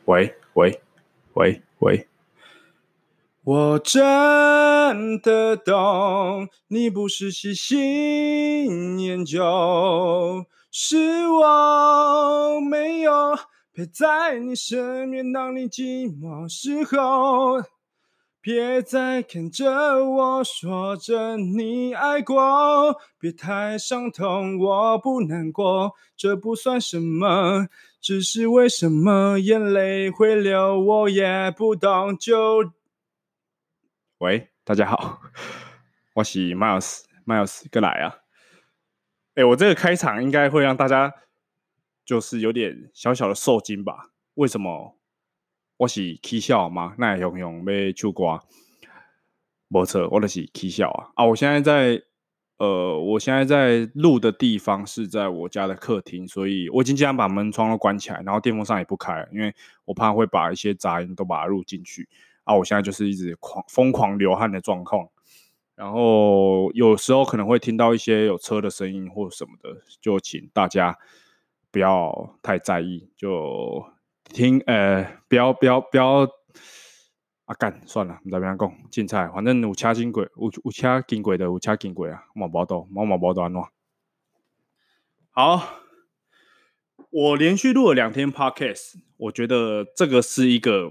喂喂喂喂，我真的懂，你不是细心研究，是我没有陪在你身边，当你寂寞时候。别再看着我说着你爱过，别太伤痛，我不难过，这不算什么，只是为什么眼泪会流，我也不懂就。喂，大家好，我是 Miles 过来啊。我这个开场应该会让大家就是有点小小的受惊吧？为什么我是起笑吗？那也用要唱歌？没错，我就是起笑啊！我现在在录的地方是在我家的客厅，所以我已经尽量把门窗都关起来，然后电风扇也不开，因为我怕会把一些杂音都把它录进去啊！我现在就是一直疯狂流汗的状况，然后有时候可能会听到一些有车的声音或什么的，就请大家不要太在意，就不要啊干算了，唔知边讲，凊彩，反正有车经过，有车经过的有车经过啊，我嘛无安怎。好，我连续录了2天 podcast， 我觉得这个是一个，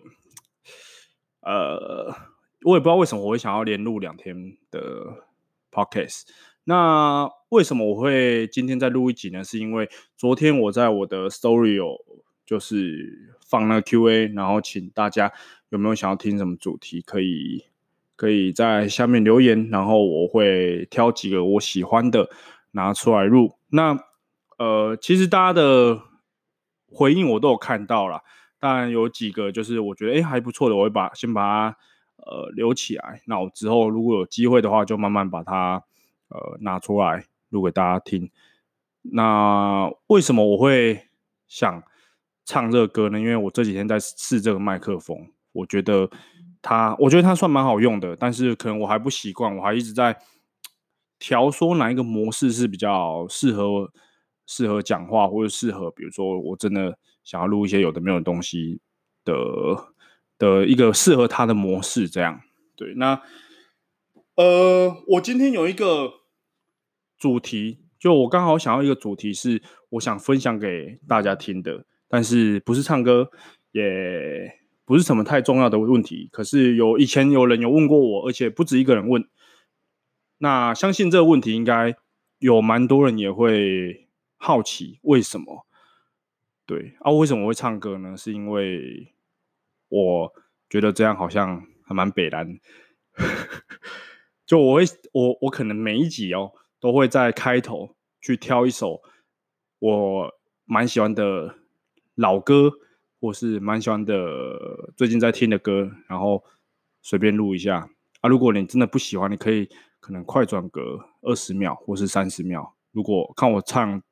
我也不知道为什么我会想要连录2天的 podcast。那为什么我会今天再录一集呢？是因为昨天我在我的 story 有就是放那个 Q&A， 然后请大家有没有想要听什么主题，可以在下面留言，然后我会挑几个我喜欢的拿出来录。那其实大家的回应我都有看到啦，当然有几个就是我觉得还不错的，我会先把它留起来。那我之后如果有机会的话，就慢慢把它拿出来录给大家听。那为什么我会想唱这个歌呢？因为我这几天在试这个麦克风，我觉得它算蛮好用的，但是可能我还不习惯，我还一直在调说哪一个模式是比较适合讲话，或者适合比如说我真的想要录一些有的没有的东西的一个适合它的模式，这样。对，那我今天有一个主题，就我刚好想要一个主题是我想分享给大家听的，但是不是唱歌，也不是什么太重要的问题。可是以前有人有问过我，而且不止一个人问。那相信这个问题应该有蛮多人也会好奇为什么？对啊，为什么我会唱歌呢？是因为我觉得这样好像还蛮北蓝。就我可能每一集都会在开头去挑一首我蛮喜欢的老歌，或是蛮喜欢的最近在听的歌，然后随便录一下啊。如果你真的不喜欢，你可能快转个20秒或是30秒。如果看我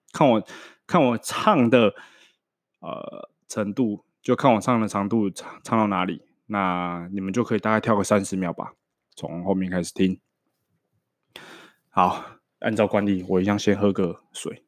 唱的程度，就看我唱的长度唱到哪里，那你们就可以大概跳个30秒吧，从后面开始听。好，按照惯例，我一样先喝个水。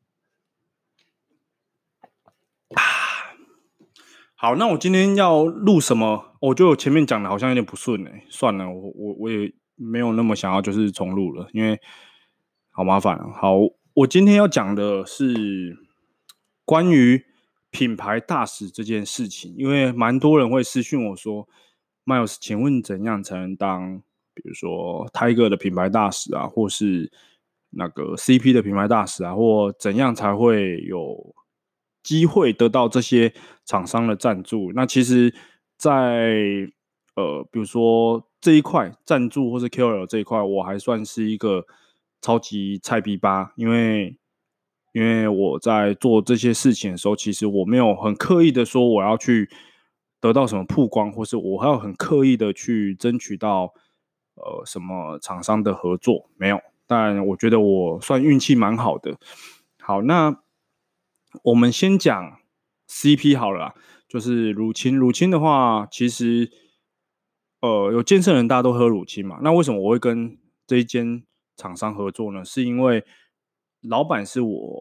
好，那我今天要录什么？我觉得我前面讲的好像有点不顺算了，我也没有那么想要就是重录了，因为好麻烦啊。好，我今天要讲的是关于品牌大使这件事情，因为蛮多人会私讯我说，Miles，请问怎样才能当比如说 Tiger 的品牌大使啊，或是那个 CP 的品牌大使啊，或怎样才会有机会得到这些厂商的赞助？那其实在，比如说这一块赞助或是 KOL 这一块，我还算是一个超级菜逼吧，因为我在做这些事情的时候，其实我没有很刻意的说我要去得到什么曝光，或是我还要很刻意的去争取到什么厂商的合作，没有。但我觉得我算运气蛮好的。好，那我们先讲 CP 好了啦，就是乳清。乳清的话，其实有健身人大家都喝乳清嘛。那为什么我会跟这一间厂商合作呢？是因为老板是我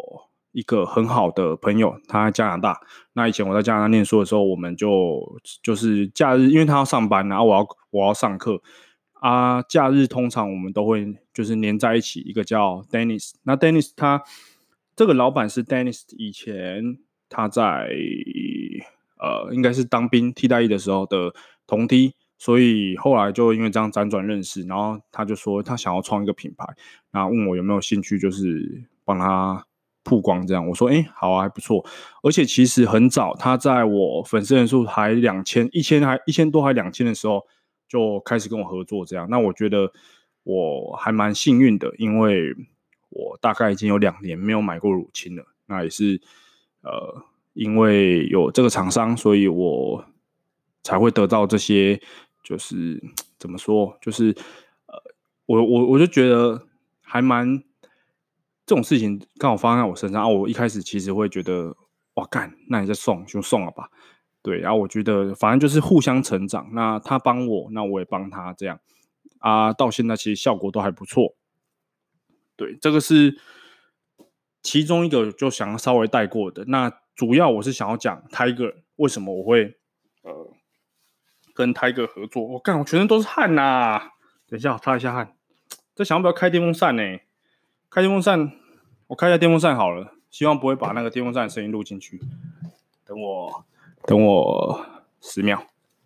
一个很好的朋友，他在加拿大。那以前我在加拿大念书的时候，我们就是假日，因为他要上班，然后我要上课啊。假日通常我们都会就是黏在一起。一个叫 Dennis， 那 Dennis 他这个老板是 Dennis 以前他在应该是当兵替代役的时候的同梯。所以后来就因为这样辗转认识，然后他就说他想要创一个品牌，然后问我有没有兴趣，就是帮他曝光这样。我说好啊，还不错。而且其实很早，他在我粉丝人数还1000多还2000的时候就开始跟我合作这样。那我觉得我还蛮幸运的，因为我大概已经有2年没有买过乳清了。那也是因为有这个厂商，所以我才会得到这些。就是怎么说，就是我就觉得还蛮这种事情刚好发生在我身上啊。我一开始其实会觉得哇干，那你再送就送了吧，对。然后我觉得反正就是互相成长，那他帮我，那我也帮他这样啊。到现在其实效果都还不错，对。这个是其中一个就想要稍微带过的。那主要我是想要讲 Tiger 为什么我会跟 Tiger 合作。我干，我全身都是汗呐！等一下，我擦一下汗。在想要不要开电风扇呢？开电风扇，我开一下电风扇好了，希望不会把那个电风扇的声音录进去。等我10秒。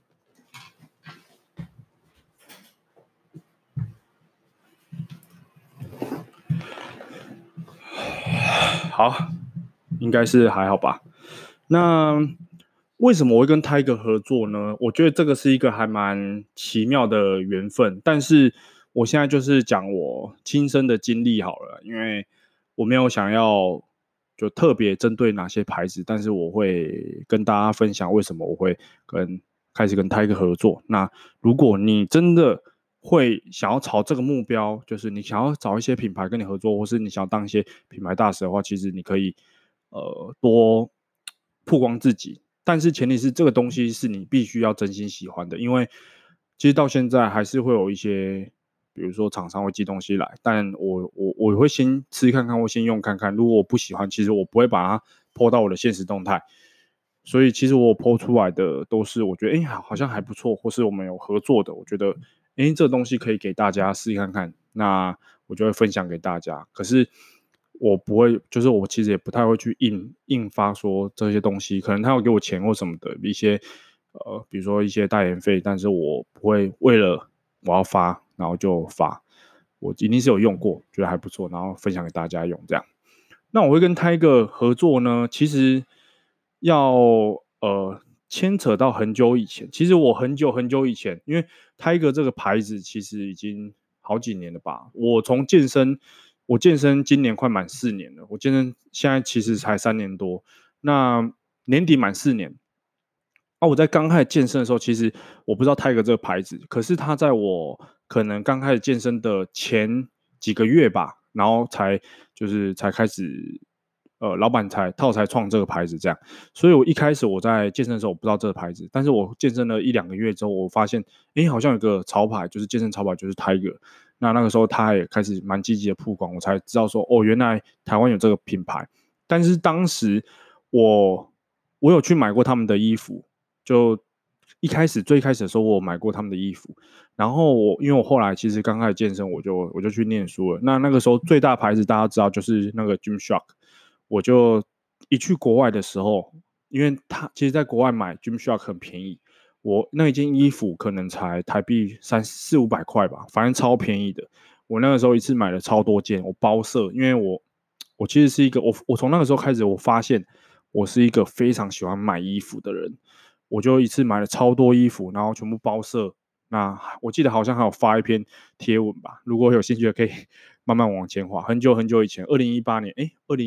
好，应该是还好吧。那为什么我会跟 Tiger 合作呢？我觉得这个是一个还蛮奇妙的缘分，但是我现在就是讲我亲身的经历好了，因为我没有想要就特别针对哪些牌子，但是我会跟大家分享为什么我会开始跟 Tiger 合作。那如果你真的会想要朝这个目标，就是你想要找一些品牌跟你合作，或是你想要当一些品牌大使的话，其实你可以多曝光自己。但是前提是这个东西是你必须要真心喜欢的，因为其实到现在还是会有一些，比如说厂商会寄东西来，但我会先吃看看或先用看看，如果我不喜欢，其实我不会把它 po 到我的现实动态。所以其实我 po 出来的都是我觉得好像还不错，或是我们有合作的，我觉得这东西可以给大家试看看，那我就会分享给大家。可是我不会，就是我其实也不太会去印发说这些东西，可能他有给我钱或什么的一些比如说一些代言费，但是我不会为了我要发然后就发，我一定是有用过，觉得还不错，然后分享给大家用这样。那我会跟Tiger合作呢，其实要牵扯到很久以前。其实我很久以前，因为 Tiger 这个牌子其实已经好几年了吧。我健身今年快满4年了，我健身现在其实才3年多，那年底满4年。我在刚开始健身的时候，其实我不知道 Tiger 这个牌子，可是他在我可能刚开始健身的前几个月吧，然后才开始，老板才创这个牌子这样。所以我一开始我在健身的时候我不知道这个牌子，但是我健身了1-2个月之后，我发现好像有个潮牌，就是健身潮牌，就是 Tiger。那个时候他也开始蛮积极的曝光，我才知道说原来台湾有这个品牌。但是当时我有去买过他们的衣服，就最开始的时候我有买过他们的衣服。然后因为我后来其实刚开始健身，我就去念书了。那个时候最大牌子大家知道就是那个 Gymshark。我就一去国外的时候，因为其实在国外买 Gymshark 很便宜，我那一件衣服可能才台币400-500块吧，反正超便宜的。我那个时候一次买了超多件，我包色，因为我其实是一个我从那个时候开始，我发现我是一个非常喜欢买衣服的人。我就一次买了超多衣服，然后全部包色。那我记得好像还有发一篇贴文吧，如果有兴趣的可以慢慢往前滑。很久很久以前，2018年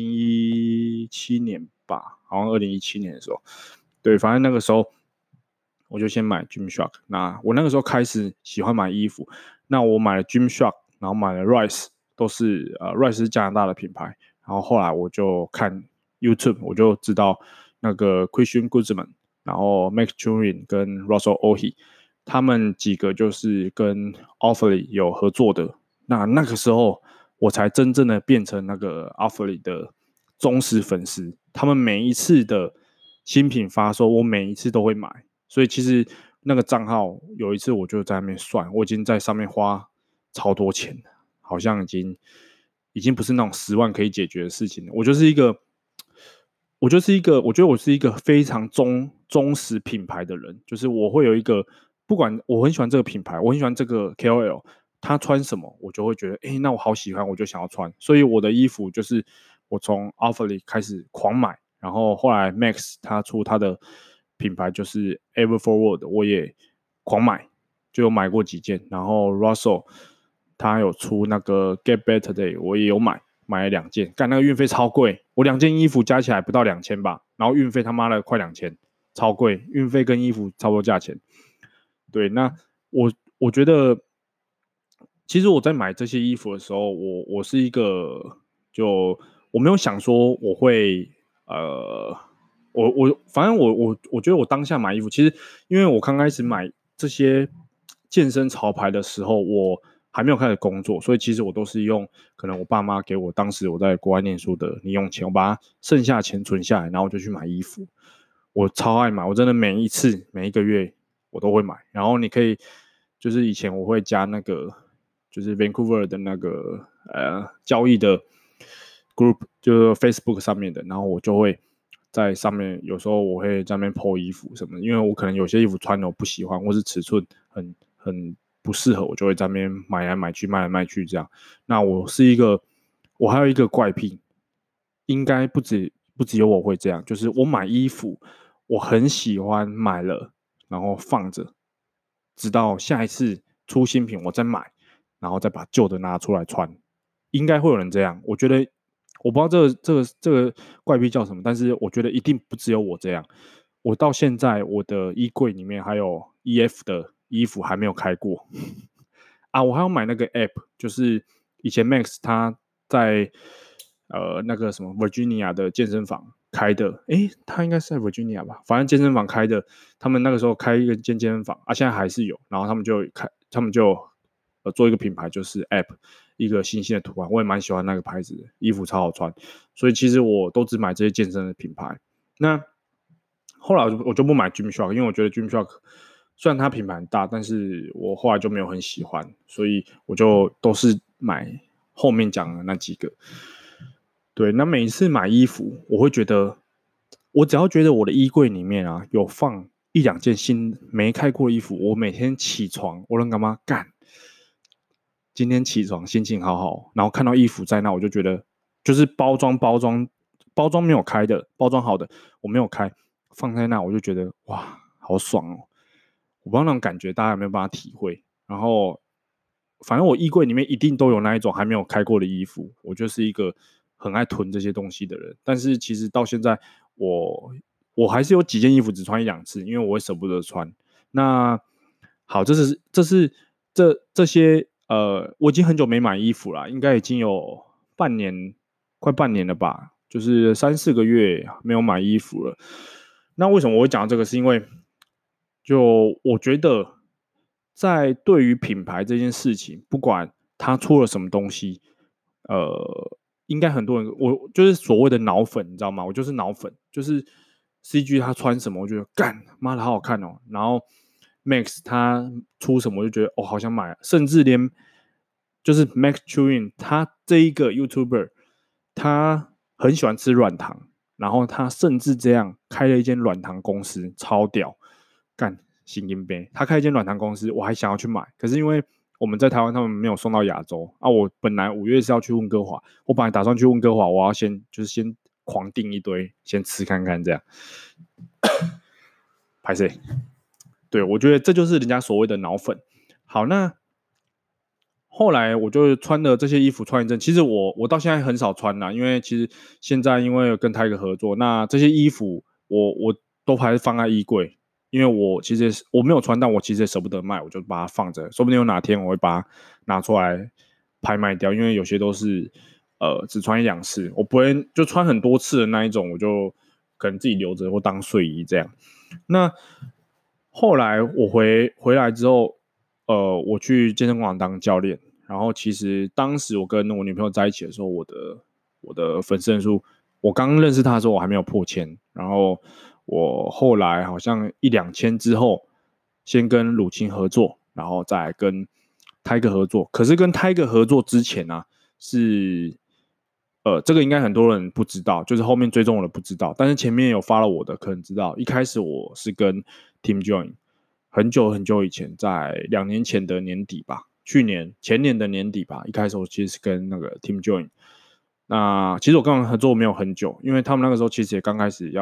，2017年吧，好像2017年的时候，对，反正那个时候我就先买 Gymshark。那我那个时候开始喜欢买衣服，那我买了 Gymshark，然后买了 Rise， 都是Rise 是加拿大的品牌。然后后来我就看 YouTube， 我就知道那个 Christian Guzman， 然后 Max Turin 跟 Russell Ohi， 他们几个就是跟 Oakley 有合作的。那个时候我才真正的变成那个 Oakley 的忠实粉丝，他们每一次的新品发售，我每一次都会买。所以其实那个账号有一次我就在那边算，我已经在上面花超多钱了，好像已经不是那种10万可以解决的事情了。我觉得我是一个非常忠实品牌的人，就是我会有一个，不管我很喜欢这个品牌，我很喜欢这个 KOL，他穿什么，我就会觉得，那我好喜欢，我就想要穿。所以我的衣服就是我从 Outfitly 开始狂买，然后后来 Max 他出他的品牌就是 Everforward，我也狂买，就有买过几件。然后 Russell 他有出那个 Get Better Day，我也有买了2件，干那个运费超贵，我2件衣服加起来不到2000吧，然后运费他妈的快2000，超贵，运费跟衣服差不多价钱。对，那我觉得，其实我在买这些衣服的时候，我是一个我没有想说我会反正我觉得我当下买衣服，其实因为我刚开始买这些健身潮牌的时候，我还没有开始工作，所以其实我都是用可能我爸妈给我当时我在国外念书的零用钱，我把剩下的钱存下来，然后我就去买衣服。我超爱买，我真的每一个月我都会买。然后你可以就是以前我会加那个就是 Vancouver 的那个交易的 group， 就是 Facebook 上面的，然后我就会在上面，有时候我会在那边 po 衣服什么的，因为我可能有些衣服穿的我不喜欢，或是尺寸很不适合，我就会在那边买来买去，卖来卖去这样。那我还有一个怪癖，应该不只有我会这样，就是我买衣服，我很喜欢买了然后放着，直到下一次出新品我再买，然后再把旧的拿出来穿。应该会有人这样，我觉得我不知道这个怪癖叫什么，但是我觉得一定不只有我这样。我到现在我的衣柜里面还有 EF 的衣服还没有开过啊，我还要买那个 app， 就是以前 Max 他在那个什么 Virginia 的健身房开的，他应该是在 Virginia 吧，反正健身房开的，他们那个时候开一个健身房啊，现在还是有，然后他们就做一个品牌，就是 app 一个新兴的图案，我也蛮喜欢那个牌子的，衣服超好穿，所以其实我都只买这些健身的品牌。那后来我就不买 Gymshark， 因为我觉得 Gymshark 虽然它品牌很大，但是我后来就没有很喜欢，所以我就都是买后面讲的那几个。对，那每一次买衣服，我会觉得，我只要觉得我的衣柜里面啊有放1-2件新没开过的衣服，我每天起床，我能干嘛干？今天起床心情好好，然后看到衣服在那，我就觉得就是包装没有开的，包装好的我没有开，放在那我就觉得哇，好爽哦！我不知道那种感觉大家有没有办法体会。然后反正我衣柜里面一定都有那一种还没有开过的衣服，我就是一个很爱囤这些东西的人。但是其实到现在我还是有几件衣服只穿1-2次，因为我会舍不得穿。那好，这些我已经很久没买衣服了，应该已经有快半年了吧，就是3-4个月没有买衣服了。那为什么我会讲到这个？是因为就我觉得在对于品牌这件事情，不管他出了什么东西，应该很多人我就是所谓的脑粉，你知道吗？我就是脑粉，就是 CG 他穿什么，我觉得干妈的好好看哦。然后 Max 他出什么，我就觉得好想买，甚至连就是 Max Chewin 他这一个 YouTuber， 他很喜欢吃软糖，然后他甚至这样开了一间软糖公司，超屌，干新金杯，他开一间软糖公司，我还想要去买，可是因为我们在台湾，他们没有送到亚洲啊。我本来5月是要去温哥华，我本来打算去温哥华，我要先狂订一堆，先吃看看这样。拍谁？对，我觉得这就是人家所谓的脑粉。好，那后来我就穿的这些衣服穿一阵，其实我到现在很少穿啦，因为其实现在因为跟Tiger合作，那这些衣服我都还是放在衣柜，因为我其实我没有穿，但我其实也舍不得卖，我就把它放着，说不定有哪天我会把它拿出来拍卖掉，因为有些都是只穿1-2次，我不会就穿很多次的那一种，我就可能自己留着或当睡衣这样。那后来我回来之后，我去健身馆当教练，然后其实当时我跟我女朋友在一起的时候，我的粉丝人数我刚认识他的时候我还没有破千，然后我后来好像1-2千之后，先跟鲁青合作，然后再跟 Tiger 合作。可是跟 Tiger 合作之前啊，是这个应该很多人不知道，就是后面追踪我的不知道，但是前面有发了我的可能知道。一开始我是跟 Team Join， 很久很久以前，在2年前的年底吧，前年的年底吧，一开始我其实是跟那个 Team Join。那其实我跟他们合作没有很久，因为他们那个时候其实也刚开始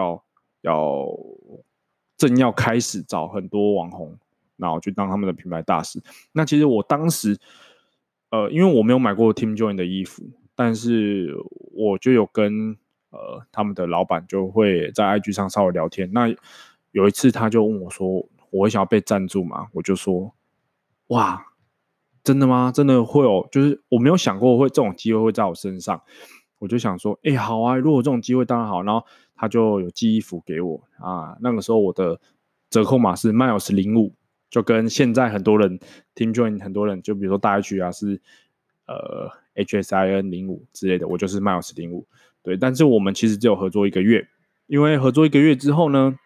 正要开始找很多网红，然后去当他们的品牌大使。那其实我当时，因为我没有买过 Team Join 的衣服，但是我就有跟他们的老板就会在 IG 上稍微聊天。那有一次他就问我说，我会想要被赞助吗？我就说，哇，真的吗？真的会有？就是我没有想过这种机会会在我身上。我就想说，好啊，如果这种机会当然好。然后他就有寄衣服给我啊。那个时候我的折扣码是 Miles05，就跟现在很多人 Team Join 很多人就比如说大 H 啊是HSIN05之类的，我就是 Miles05。对，但是我们其实只有合作1个月，因为合作1个月之后呢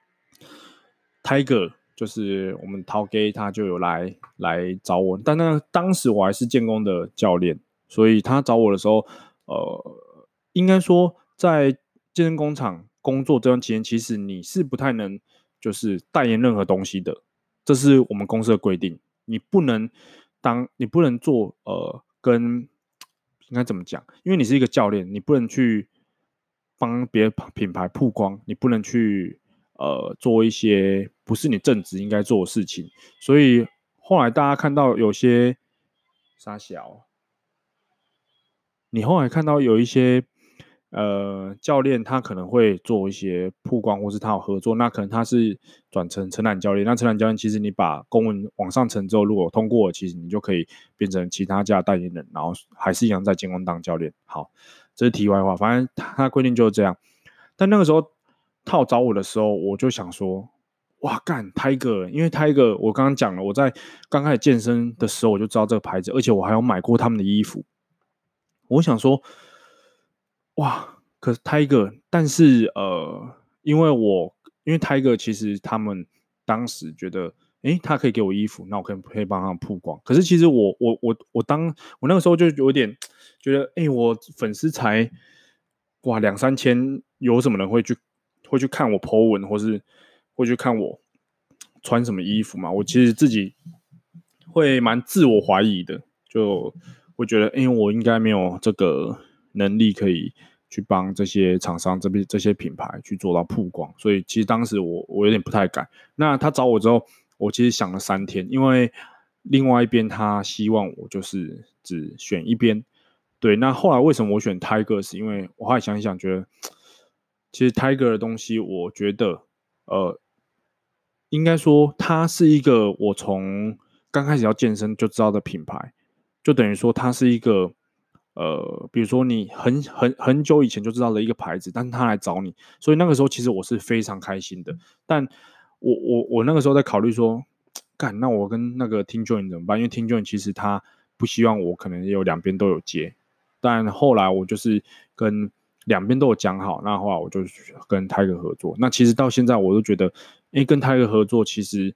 ，Tiger 就是我们陶给他就有来找我，但当时我还是建工的教练，所以他找我的时候，应该说在健身工厂工作这段期间，其实你是不太能就是代言任何东西的，这是我们公司的规定，你不能做跟应该怎么讲？因为你是一个教练，你不能去帮别的品牌曝光，你不能去做一些不是你正职应该做的事情，所以后来大家看到有些傻小，你后来看到有一些教练他可能会做一些曝光，或是他有合作，那可能他是转成承揽教练。那承揽教练其实你把公文往上呈之后，如果通过，其实你就可以变成其他家的代言人，然后还是一样在健工当教练。好，这是题外话，反正他规定就是这样。但那个时候他有找我的时候，我就想说，哇干 Tiger， 因为 Tiger 我刚刚讲了，我在刚开始健身的时候我就知道这个牌子，而且我还有买过他们的衣服。我想说，哇，可是 Tiger， 但是因为 Tiger 其实他们当时觉得，他可以给我衣服，那我可以帮他们曝光。可是其实我那个时候就有点觉得，我粉丝才哇2-3千，有什么人会去看我 po 文，或是会去看我穿什么衣服嘛？我其实自己会蛮自我怀疑的，就会觉得，我应该没有这个能力可以去帮这些厂商这些品牌去做到曝光，所以其实当时我有点不太敢。那他找我之后，我其实想了3天，因为另外一边他希望我就是只选一边。对，那后来为什么我选 Tiger， 是因为我后来想一想，觉得其实 Tiger 的东西，我觉得应该说它是一个我从刚开始要健身就知道的品牌，就等于说它是一个比如说你很久以前就知道的一个牌子，但是他来找你，所以那个时候其实我是非常开心的。但我那个时候在考虑说，干，那我跟那个 Team Join 怎么办？因为 Team Join 其实他不希望我可能有两边都有接，但后来我就是跟两边都有讲好，那后来我就跟 Tiger 合作。那其实到现在我都觉得，跟 Tiger 合作其实，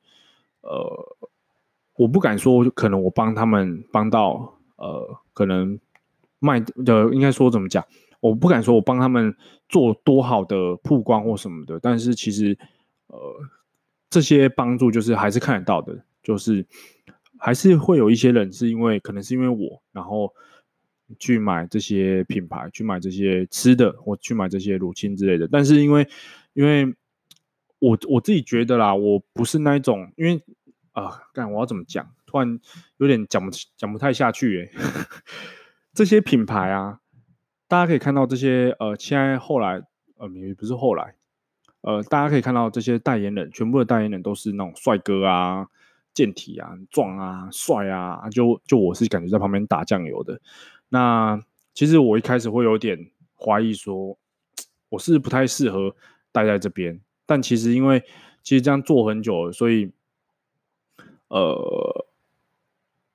我不敢说可能我帮他们帮到可能卖的应该说怎么讲，我不敢说我帮他们做多好的曝光或什么的，但是其实这些帮助就是还是看得到的，就是还是会有一些人是可能是因为我，然后去买这些品牌，去买这些吃的，或去买这些乳清之类的。但是因为我自己觉得啦，我不是那一种，因为干我要怎么讲？突然有点讲不太下去耶。这些品牌啊，大家可以看到这些现在后来也不是后来，大家可以看到这些代言人，全部的代言人都是那种帅哥啊、健体啊、壮啊、帅啊，就我是感觉在旁边打酱油的。那其实我一开始会有点怀疑说，我是不太适合待在这边，但其实因为这样做很久了，所以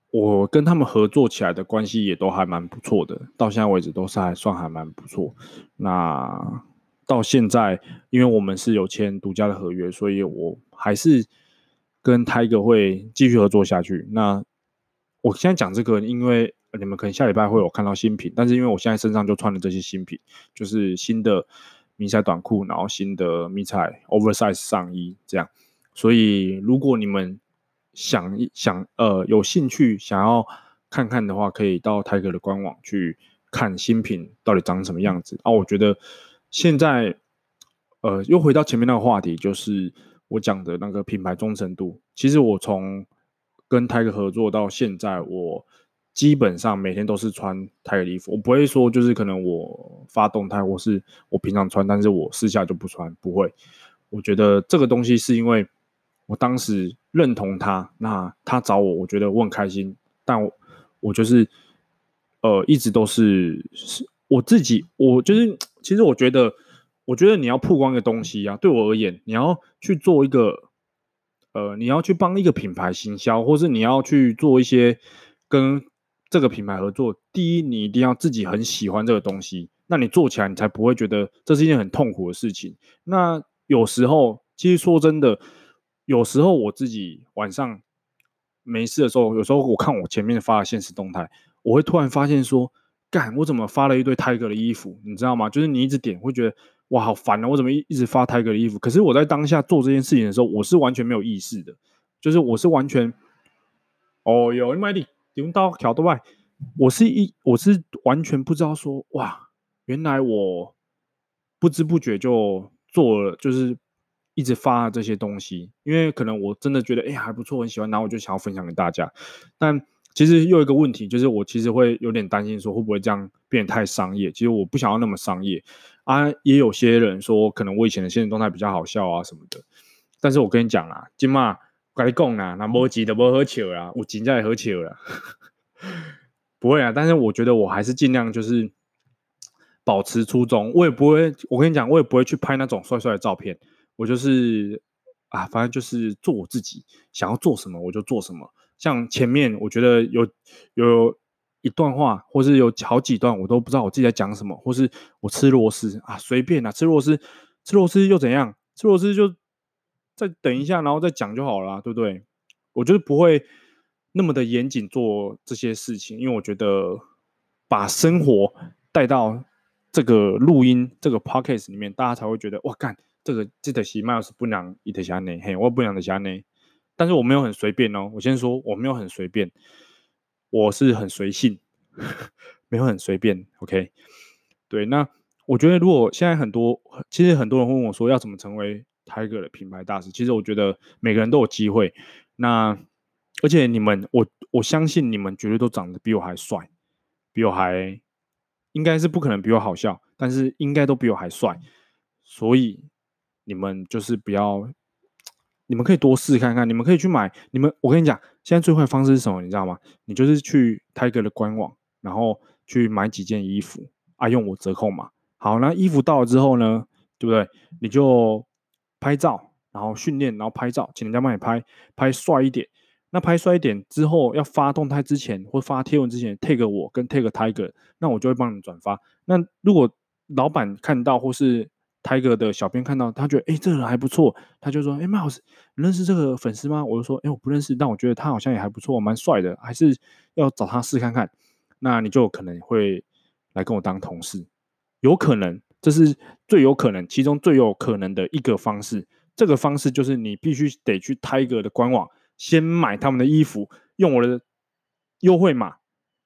我跟他们合作起来的关系也都还蛮不错的，到现在为止都是还蛮不错。那到现在，因为我们是有签独家的合约，所以我还是跟 Tiger 会继续合作下去。那我现在讲这个，因为你们可能下礼拜会有看到新品，但是因为我现在身上就穿了这些新品，就是新的迷彩短裤，然后新的迷彩 oversize 上衣这样。所以如果你们有兴趣想要看看的话，可以到 Tiger 的官网去看新品到底长什么样子啊。我觉得现在又回到前面那个话题，就是我讲的那个品牌忠诚度。其实我从跟 Tiger 合作到现在，我基本上每天都是穿 Tiger 的衣服，我不会说就是可能我发动态或是我平常穿，但是我私下就不穿，不会。我觉得这个东西是因为我当时认同他，那他找我，我觉得我很开心，但我就是一直都是我自己，我就是其实我觉得你要曝光一个东西啊，对我而言，你要去做一个你要去帮一个品牌行销，或是你要去做一些跟这个品牌合作，第一，你一定要自己很喜欢这个东西，那你做起来你才不会觉得这是一件很痛苦的事情。那有时候，其实说真的，有时候我自己晚上没事的时候，有时候我看我前面发的现实动态，我会突然发现说，干，我怎么发了一堆 Tiger 的衣服，你知道吗？就是你一直点会觉得哇好烦啊，我怎么一直发 Tiger 的衣服？可是我在当下做这件事情的时候，我是完全没有意识的，就是我是完全哦哟，你买你用到桥多外，我是完全不知道说哇，原来我不知不觉就做了，就是一直发这些东西，因为可能我真的觉得还不错，很喜欢，然后我就想要分享给大家。但其实又有一个问题，就是我其实会有点担心说会不会这样变得太商业，其实我不想要那么商业啊。也有些人说可能我以前的现实动态比较好笑啊什么的，但是我跟你讲啦，今嘛跟你讲啦，那没钱的不喝酒啦，有钱才喝酒啦。不会啊，但是我觉得我还是尽量就是保持初衷，我也不会，我跟你讲，我也不会去拍那种帅帅的照片，我就是反正就是做我自己，想要做什么我就做什么。像前面我觉得有一段话，或是有好几段，我都不知道我自己在讲什么，或是我吃螺丝随便吃螺丝又怎样？吃螺丝就再等一下，然后再讲就好了，对不对？我就是不会那么的严谨做这些事情，因为我觉得把生活带到这个录音这个 podcast 里面，大家才会觉得哇干，这个是 Miles 不良伊特虾内，嘿，我不良的虾内，但是我没有很随便哦，我先说我没有很随便，我是很随性，没有很随便，OK，对，那我觉得如果现在其实很多人会问我说要怎么成为 Tiger 的品牌大使，其实我觉得每个人都有机会，那而且我相信你们绝对都长得比我还帅，比我还应该是不可能比我好笑，但是应该都比我还帅，所以你们就是不要，你们可以多试看看，你们可以去买，我跟你讲，现在最快的方式是什么，你知道吗？你就是去 Tiger 的官网，然后去买几件衣服用我折扣码。好，那衣服到了之后呢，对不对？你就拍照，然后训练，然后拍照，请人家帮你拍帅一点。那拍帅一点之后，要发动态之前或发贴文之前，tag 我跟 tag Tiger，那我就会帮你转发。那如果老板看到或是 Tiger 的小编看到，他觉得这个人还不错，他就说麦老师，你认识这个粉丝吗？我就说我不认识，但我觉得他好像也还不错，蛮帅的，还是要找他试看看。那你就可能会来跟我当同事，有可能，这是最有可能，其中最有可能的一个方式。这个方式就是你必须得去 Tiger 的官网，先买他们的衣服，用我的优惠码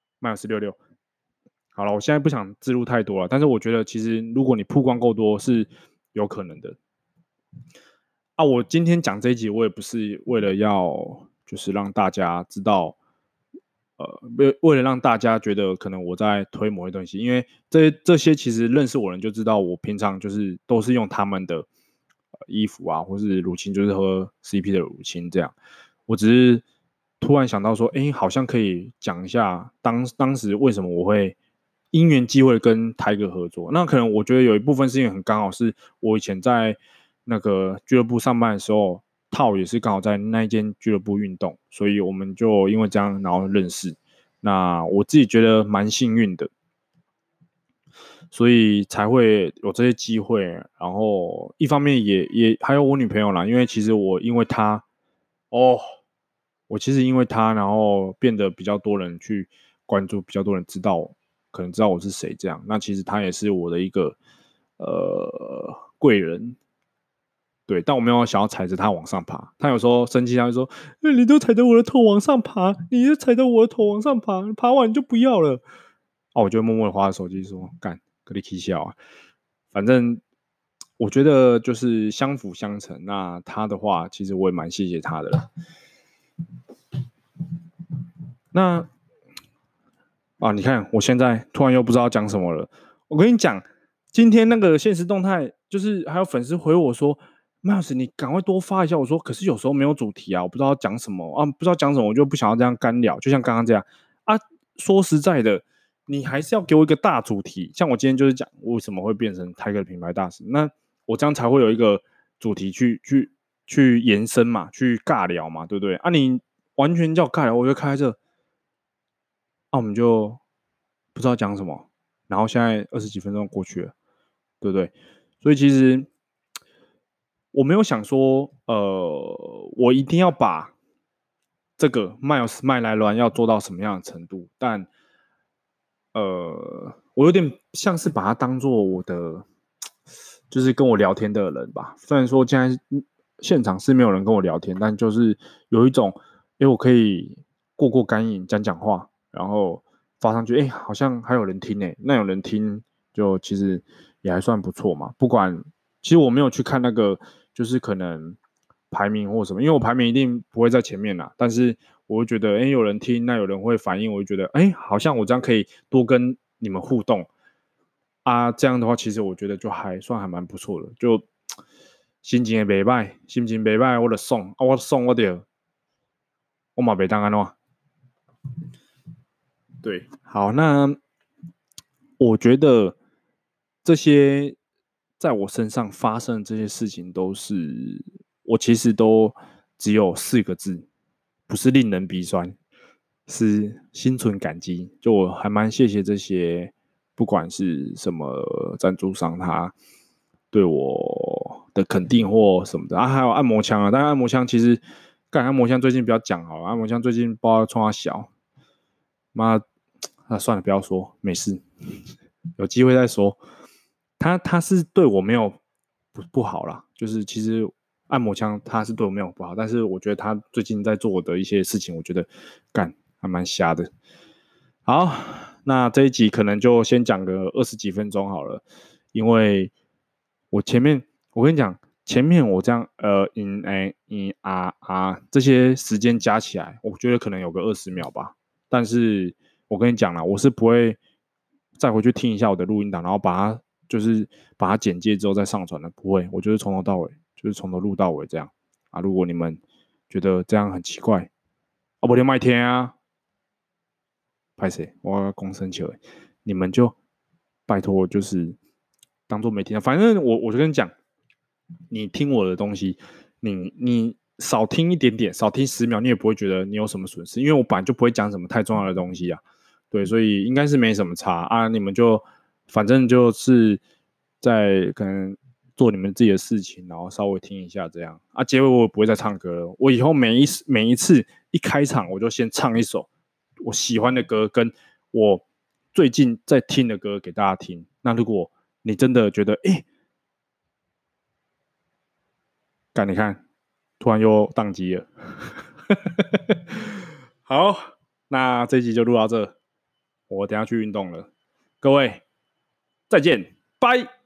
，-66。好了，我现在不想植入太多了，但是我觉得其实如果你曝光够多是有可能的。我今天讲这一集，我也不是为了要就是让大家知道，为了让大家觉得可能我在推某些东西，因为这些其实认识我的人就知道，我平常就是都是用他们的衣服或是乳清，就是喝 CP 的乳清这样。我只是突然想到说，好像可以讲一下当时为什么我会因缘机会跟台哥合作。那可能我觉得有一部分是因为很刚好是我以前在那个俱乐部上班的时候， 套也是刚好在那一间俱乐部运动，所以我们就因为这样然后认识。那我自己觉得蛮幸运的，所以才会有这些机会。然后一方面也还有我女朋友啦，因为其实我因为她，哦，我其实因为她，然后变得比较多人去关注，比较多人知道我，可能知道我是谁这样。那其实她也是我的一个贵人。对，但我没有想要踩着他往上爬。他有时候生气，他就说：你都踩着我的头往上爬，你就踩着我的头往上爬，爬完你就不要了。”我就默默的划着手机说：“干，跟你起笑啊！”反正我觉得就是相辅相成。那他的话，其实我也蛮谢谢他的了。那你看我现在突然又不知道讲什么了。我跟你讲，今天那个现实动态，就是还有粉丝回我说：“Miles，你赶快多发一下。”我说：“可是有时候没有主题啊，我不知道讲什么啊，不知道讲什么，我就不想要这样干聊，就像刚刚这样啊。”说实在的，你还是要给我一个大主题。像我今天就是讲为什么会变成Tiger的品牌大使，那我这样才会有一个主题去延伸嘛，去尬聊嘛，对不对？你完全叫我尬聊，我就开这。我们就不知道讲什么，然后现在20几分钟过去了，对不对？所以其实我没有想说，我一定要把这个 Miles 麦来乱要做到什么样的程度，但我有点像是把它当做我的，就是跟我聊天的人吧。虽然说现在现场是没有人跟我聊天，但就是有一种，我可以过干瘾，讲讲话，然后发上去，好像还有人听那有人听，就其实也还算不错嘛。不管，其实我没有去看那个，就是可能排名或什么，因为我排名一定不会在前面啦。但是我会觉得，有人听，那有人会反应，我就觉得，好像我这样可以多跟你们互动啊。这样的话，其实我觉得就还蛮不错的，就心情也不错，心情不错，我就爽我爽我就我嘛袂当安怎。对，好，那我觉得这些在我身上发生的这些事情，都是我其实都只有4个字，不是令人鼻酸，是心存感激。就我还蛮谢谢这些，不管是什么赞助商，他对我的肯定或什么的还有按摩枪但按摩枪其实干按摩枪最近不要讲好了，按摩枪最近不知道冲他小，妈算了，不要说，没事，有机会再说。他是对我没有不好啦，就是其实按摩枪他是对我没有不好，但是我觉得他最近在做的一些事情，我觉得干还蛮瞎的。好，那这一集可能就先讲个20几分钟好了，因为我跟你讲，前面我这样这些时间加起来，我觉得可能有个20秒吧。但是我跟你讲啦，我是不会再回去听一下我的录音档，然后把它剪接之后再上传的，不会，我就是从头到尾，就是从头录到尾这样啊。如果你们觉得这样很奇怪，不然麦听啊，拍谁？我要公生球，你们就拜托，就是当做没听到。反正我就跟你讲，你听我的东西，你少听一点点，少听10秒，你也不会觉得你有什么损失，因为我本来就不会讲什么太重要的东西啊。对，所以应该是没什么差啊。你们就反正就是在可能做你们自己的事情，然后稍微听一下这样啊。结尾我不会再唱歌了，我以后每一次一开场，我就先唱一首我喜欢的歌，跟我最近在听的歌给大家听。那如果你真的觉得干你看，突然又宕机了。好，那这一集就录到这，我等下去运动了，各位再见，拜。